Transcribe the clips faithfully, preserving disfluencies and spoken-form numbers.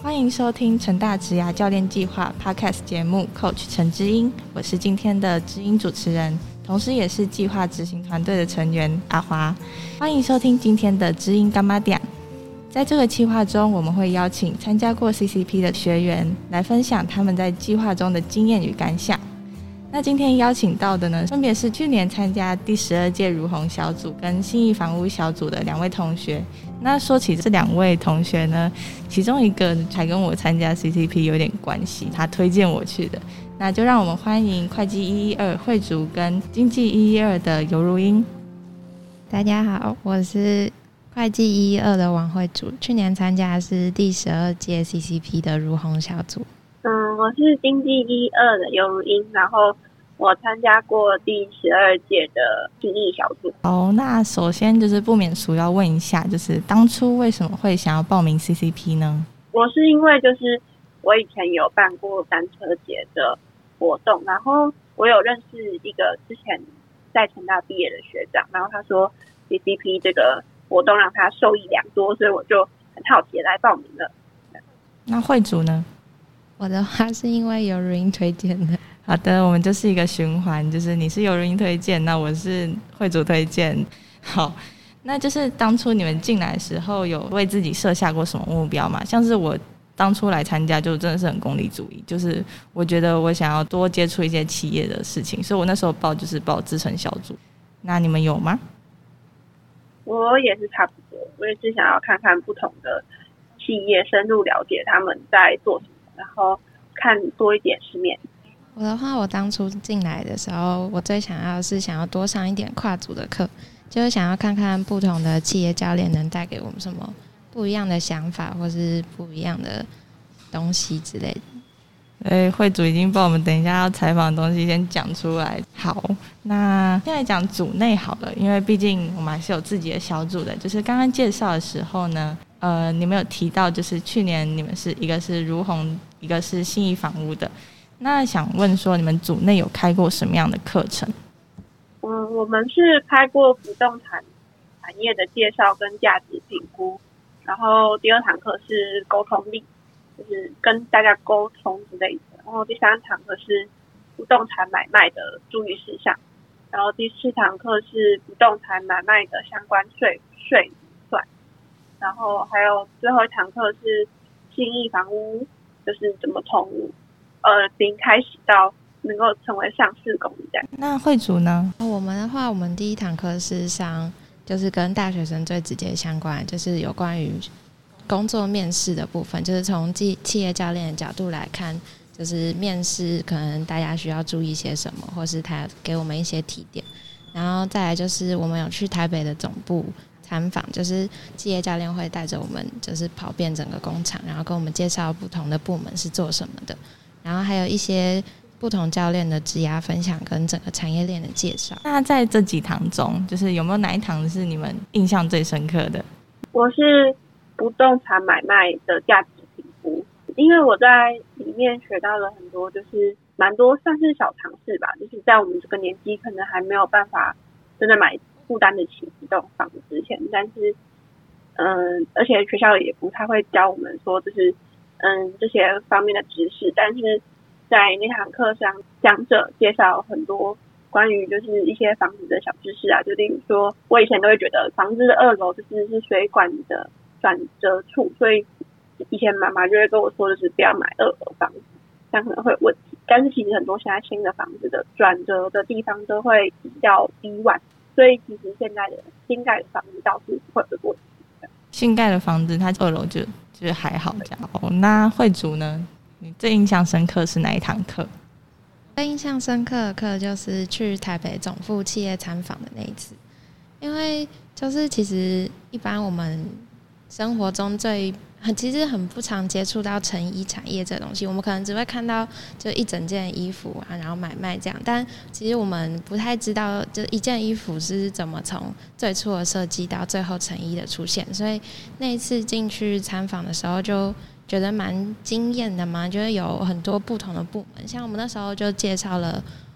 欢迎收听成大职涯教练计划 Podcast 节目 Coach 陈之英，我是今天的知音主持人，同时也是计划执行团队的成员阿华。欢迎收听今天的知音干妈店。在这个计划中，我们会邀请参加过 C C P 的学员来分享他们在计划中的经验与感想。那今天邀请到的呢，分别是去年参加第十二届如虹小组跟信义房屋小组的两位同学。那说起这两位同学呢，其中一个还跟我参加 C C P 有点关系，他推荐我去的。那就让我们欢迎会计一一二慧竹跟经济一一二的游如英。 大家好，我是会计一一二的王慧竹，去年参加的是第十二届 C C P 的如虹小组。 嗯，我是经济一一二的游如英，然后我参加过第十二届的信义小组。 好，那首先就是不免俗要问一下，就是当初为什么会想要报名 C C P 呢？ 我是因为就是我以前有办过单车节的活动，然后我有认识一个之前在成大毕业的学长，然后他说 C C P 这个活动让他受益良多，所以我就很好奇来报名了。 那慧竹呢？ 我的话是因为游如英推荐的。 好的，我们就是一个循环，就是你是游如英推荐，那我是慧竹推荐。好，那就是当初你们进来的时候有为自己设下过什么目标吗？像是我当初来参加就真的是很功利主义，就是我觉得我想要多接触一些企业的事情，所以我那时候报就是报资诚小组。那你们有吗？ 我也是差不多，我也是想要看看不同的企业，深入了解他们在做什么，然后看多一点世面。 我的话，我当初进来的时候，我最想要的是想要多上一点跨组的课，就是想要看看不同的企业教练能带给我们什么不一样的想法，或是不一样的东西之类的。 哎，慧竹已经把我们等一下要采访的东西先讲出来。好，那现在讲组内好了，因为毕竟我们还是有自己的小组的。就是刚刚介绍的时候呢，呃，你们有提到，就是去年你们是一个是如虹，一个是信义房屋的。那想问说，你们组内有开过什么样的课程？ 嗯，我们是开过不动产产业的介绍跟价值评估，然后第二堂课是沟通力，就是跟大家沟通之类的，然后第三堂课是不动产买卖的注意事项，然后第四堂课是不动产买卖的相关税税算，然后还有最后一堂课是信义房屋，就是怎么从呃零开始到能够成为上市公司这样。 那慧竹呢？ 我们的话，我们第一堂课是上就是跟大学生最直接相关，就是有关于工作面试的部分，就是从企业教练的角度来看，就是面试可能大家需要注意些什么，或是他给我们一些提点。然后再来就是我们有去台北的总部参访，就是企业教练会带着我们就是跑遍整个工厂，然后跟我们介绍不同的部门是做什么的，然后还有一些不同教练的职涯分享跟整个产业链的介绍。 那在这几堂中，就是有没有哪一堂是你们印象最深刻的？ 我是不动产买卖的价值评估，因为我在里面学到了很多，就是蛮多算是小常识吧，就是在我们这个年纪可能还没有办法真的买负担得起一栋房子之前，但是嗯，而且学校也不太会教我们说就是嗯这些方面的知识，但是在那堂课上讲者介绍很多关于就是一些房子的小知识啊，就例如说我以前都会觉得房子的二楼就是是水管的转折处，所以以前妈妈就会跟我说，就是不要买二楼房子，这样可能会有问题。但是其实很多现在新的房子的转折的地方都会比较低洼，所以其实现在的新盖的房子倒是会有问题。 新盖的房子它二楼就就还好这样。哦，那慧竹呢？你最印象深刻是哪一堂课？ 最印象深刻的课就是去台北总部企业参访的那一次，因为就是其实一般我们生活中最很其实很不常接触到成衣产业这东西，我们可能只会看到就一整件衣服啊，然后买卖这样，但其实我们不太知道就一件衣服是怎么从最初的设计到最后成衣的出现，所以那一次进去参访的时候就觉得蛮惊艳的嘛，就是有很多不同的部门，像我们那时候就介绍了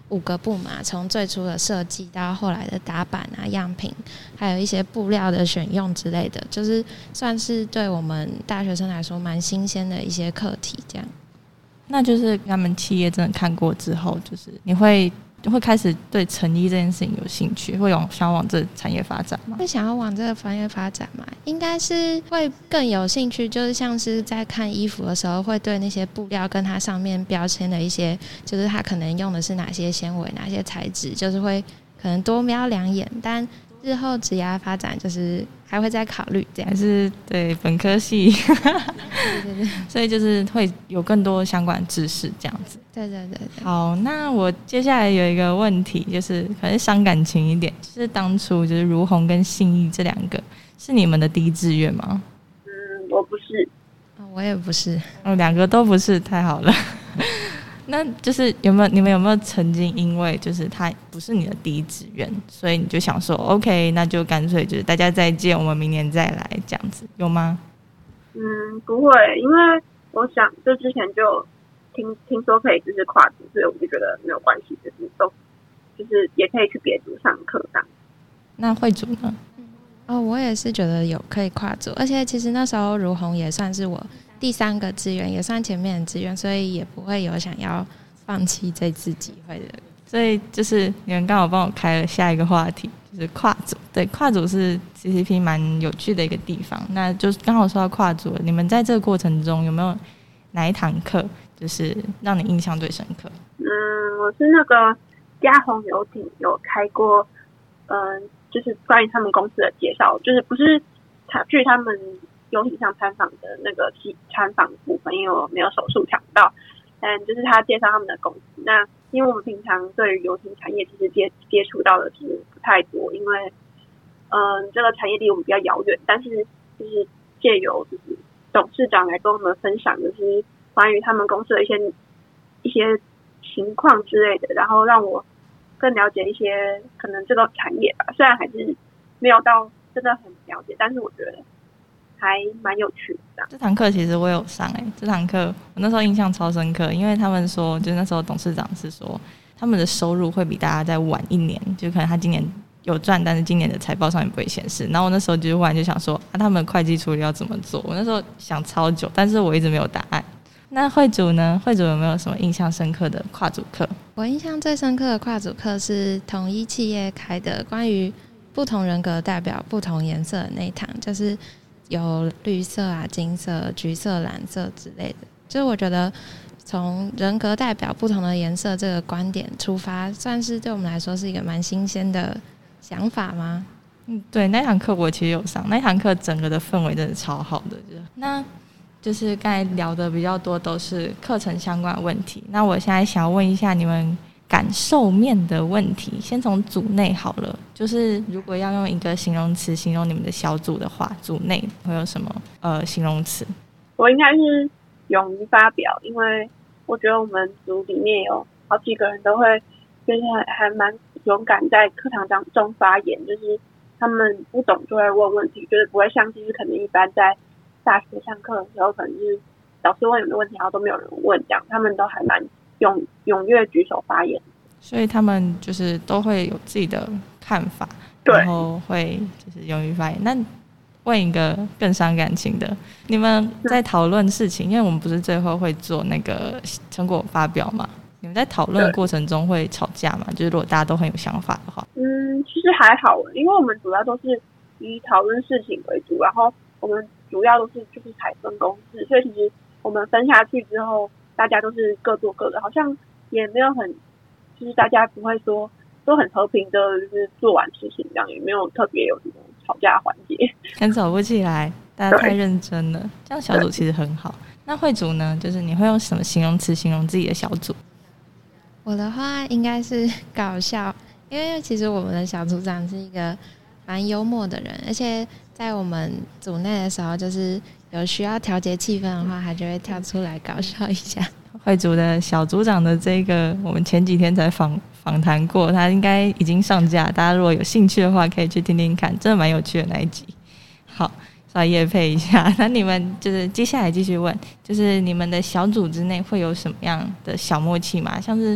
五个部嘛，从最初的设计到后来的打版啊、样品，还有一些布料的选用之类的，就是算是对我们大学生来说蛮新鲜的一些课题。这样， 那就是他们企业真的看过之后，就是你会会开始对成衣这件事情有兴趣，会有想要往这产业发展吗？ 会想要往这个产业发展吗？应该是会更有兴趣，就是像是在看衣服的时候，会对那些布料跟它上面标签的一些，就是它可能用的是哪些纤维、哪些材质，就是会可能多瞄两眼。但日后职业发展就是还会再考虑这样。 还是对本科系对对对， 所以就是会有更多相关的知识这样子。 对对对对。 好，那我接下来有一个问题，就是可能伤感情一点，就是当初就是如虹跟信义这两个是你们的第一志愿吗？ 嗯，我不是、 哦、我也不是。 哦，两个都不是，太好了。那就是有没有你们有没有曾经因为就是它不是你的第一志愿，所以你就想说 OK， 那就干脆就是大家再见，我们明年再来这样子，有吗？ 嗯，不会，因为我想就之前就听听说可以就是跨组，所以我就觉得没有关系，就是都就是也可以去别组上课这样。 那慧主呢？ 哦，我也是觉得有可以跨组，而且其实那时候如虹也算是我第三个志愿，也算前面的志愿，所以也不会有想要放弃这次机会的。 所以就是你们刚好帮我开了下一个话题，就是跨组。对，跨组是 C C P 蛮有趣的一个地方。那就刚好说到跨组了，你们在这个过程中有没有哪一堂课就是让你印象最深刻？ 嗯，我是那个嘉宏游艇有开过，嗯、呃，就是关于他们公司的介绍，就是不是去他们游艇上参访的那个参访部分，因为我没有手术抢到，但就是他介绍他们的公司。那因为我们平常对于游艇产业其实接接触到的是不太多，因为嗯、呃，这个产业离我们比较遥远，但是就是借由就是董事长来跟我们分享，就是关于他们公司的一些一些情况之类的，然后让我更了解一些可能这个产业吧。虽然还是没有到真的很了解，但是我觉得还蛮有趣的。 这堂课其实我有上诶、欸，这堂课我那时候印象超深刻，因为他们说，就是那时候董事长是说，他们的收入会比大家再晚一年，就可能他今年有赚，但是今年的财报上面不会显示。然后我那时候就忽然就想说，啊，他们会计处理要怎么做？我那时候想超久，但是我一直没有答案。那慧主呢？慧主有没有什么印象深刻的跨组课？ 我印象最深刻的跨组课是统一企业开的，关于不同人格代表不同颜色的那一堂，就是有绿色啊、金色、橘色、蓝色之类的。就是我觉得从人格代表不同的颜色这个观点出发，算是对我们来说是一个蛮新鲜的想法吗？ 嗯，对，那堂课我其实有上，那堂课整个的氛围真的超好的。就是那就是刚才聊的比较多都是课程相关的问题，那我现在想要问一下你们感受面的问题，先从组内好了。就是如果要用一个形容词形容你们的小组的话，组内会有什么呃形容词？ 我应该是勇于发表，因为我觉得我们组里面有好几个人都会就是还蛮勇敢在课堂当中发言，就是他们不懂就会问问题，就是不会像就是可能一般在大学上课的时候，可能是老师问你的问题，然后都没有人问这样，他们都还蛮勇踊跃举手发言， 所以他们就是都会有自己的看法，然后会就是勇于发言。那问一个更伤感情的，你们在讨论事情，因为我们不是最后会做那个成果发表嘛？你们在讨论的过程中会吵架吗？就是如果大家都很有想法的话。 嗯，其实还好，因为我们主要都是以讨论事情为主，然后我们主要都是就是采分公式，所以其实我们分下去之后，大家都是各做各的，好像也没有很，就是大家不会说都很和平的，就是做完事情这样，也没有特别有什么吵架环节， 很吵不起来，大家太认真了，这样小组其实很好。那慧主呢？就是你会用什么形容词形容自己的小组？ 我的话应该是搞笑，因为其实我们的小组长是一个蛮幽默的人，而且在我们组内的时候，就是有需要调节气氛的话，他就会跳出来搞笑一下。 慧主的小组长的这个，我们前几天才访访谈过，他应该已经上架，大家如果有兴趣的话，可以去听听看，真的蛮有趣的那一集。好，稍微业配一下。那你们就是接下来继续问，就是你们的小组之内会有什么样的小默契吗？像是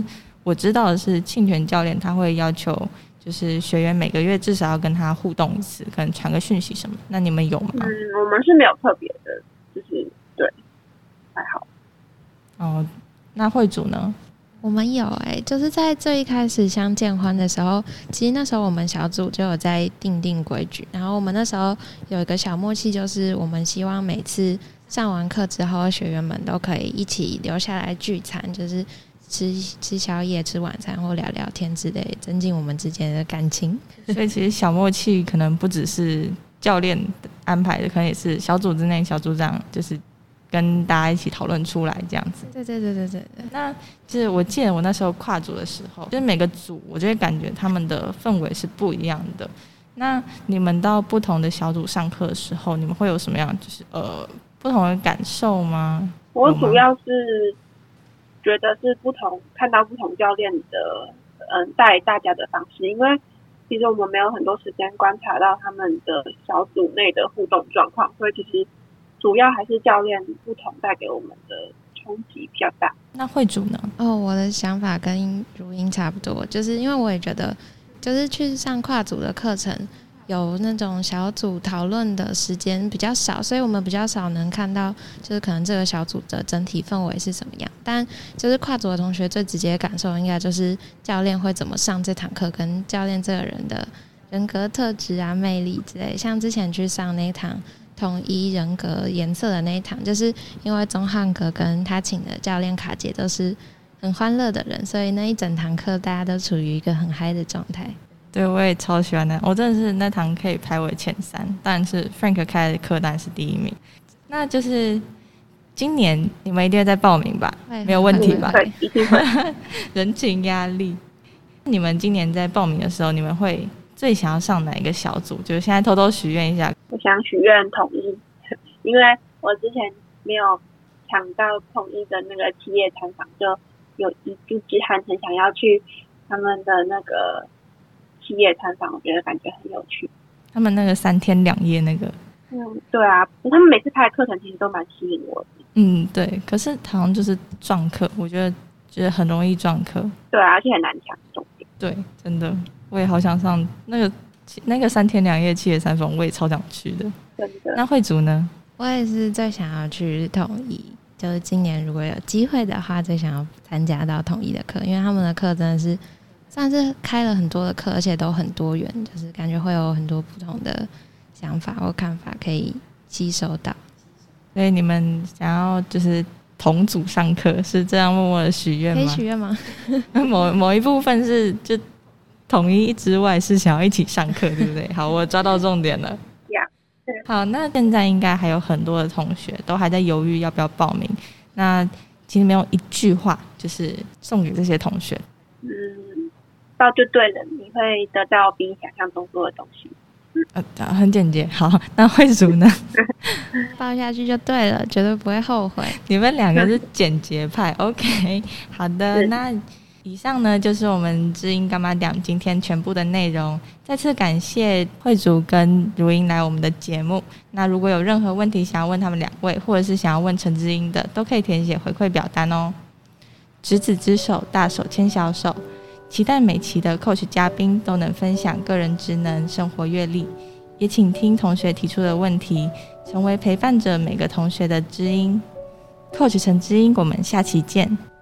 我知道的是庆权教练他会要求就是学员每个月至少要跟他互动一次，可能传个讯息什么，那你们有吗？ 嗯，我们是没有特别的，就是对，还好。 哦，那会主呢？ 我们有哎、欸，就是在最一开始相见欢的时候，其实那时候我们小组就有在定定规矩，然后我们那时候有一个小默契，就是我们希望每次上完课之后，学员们都可以一起留下来聚餐，就是吃吃宵夜、吃晚餐或聊聊天之类，增进我们之间的感情。 所以其实小默契可能不只是教练安排的，可能也是小组之内小组长就是跟大家一起讨论出来这样子。 对对对对对对。 那就是我记得我那时候跨组的时候，就是每个组我就会感觉他们的氛围是不一样的。那你们到不同的小组上课的时候，你们会有什么样就是呃不同的感受吗？ 我主要是觉得是不同看到不同教练的嗯带大家的方式，因为其实我们没有很多时间观察到他们的小组内的互动状况，所以其实主要还是教练不同带给我们的冲击比较大。 那会主呢？ 哦，我的想法跟如英差不多，就是因为我也觉得，就是去上跨组的课程，有那种小组讨论的时间比较少，所以我们比较少能看到，就是可能这个小组的整体氛围是什么样。但就是跨组的同学最直接的感受，应该就是教练会怎么上这堂课，跟教练这个人的人格特质啊、魅力之类。像之前去上那一堂统一人格颜色的那一堂，就是因为钟汉格跟他请的教练卡姐都是很欢乐的人，所以那一整堂课大家都处于一个很嗨的状态。 对，我也超喜欢的，我真的是那堂可以排为前三，当然是 Frank 开的课单是第一名。那就是今年你们一定会再报名吧？没有问题吧？ 对，一定会。 人情压力。你们今年在报名的时候，你们会最想要上哪一个小组？就是现在偷偷许愿一下。 我想许愿统一，因为我之前没有抢到统一的那个企业参访，就有一度之憾很想要去他们的那个企业参访，我觉得感觉很有趣。 他们那个三天两夜那个， 嗯，对啊，他们每次开的课程其实都蛮吸引我的。 嗯，对。可是好像就是撞课，我觉得就是很容易撞课。 对啊，而且很难抢，重点。 对，真的，我也好想上那个那个三天两夜企业参访，我也超想去的。 真的。 那慧竹呢？ 我也是最想要去统一，就是今年如果有机会的话，最想要参加到统一的课，因为他们的课真的是算是开了很多的课，而且都很多元，就是感觉会有很多不同的想法或看法可以吸收到。 所以你们想要就是同组上课，是这样默默的许愿吗？ 可以许愿吗？ 某某一部分是就统一之外是想要一起上课，对不对？好，我抓到重点了。好，那现在应该还有很多的同学都还在犹豫要不要报名。那其实没有一句话就是送给这些同学。 嗯，报就对了，你会得到比你想象中多的东西。 呃，很简洁。好，那慧竹呢？ 报下去就对了，绝对不会后悔。 你们两个是简洁派。OK， 好的，那以上呢就是我们知音干妈店今天全部的内容。再次感谢慧竹跟如英来我们的节目。那如果有任何问题想要问他们两位，或者是想要问陈知音的，都可以填写回馈表单哦。执子之手，大手牵小手。期待每期的 Coach 嘉宾都能分享个人职能、生活阅历，也请听同学提出的问题，成为陪伴着每个同学的知音。Coach 陈知音，我们下期见。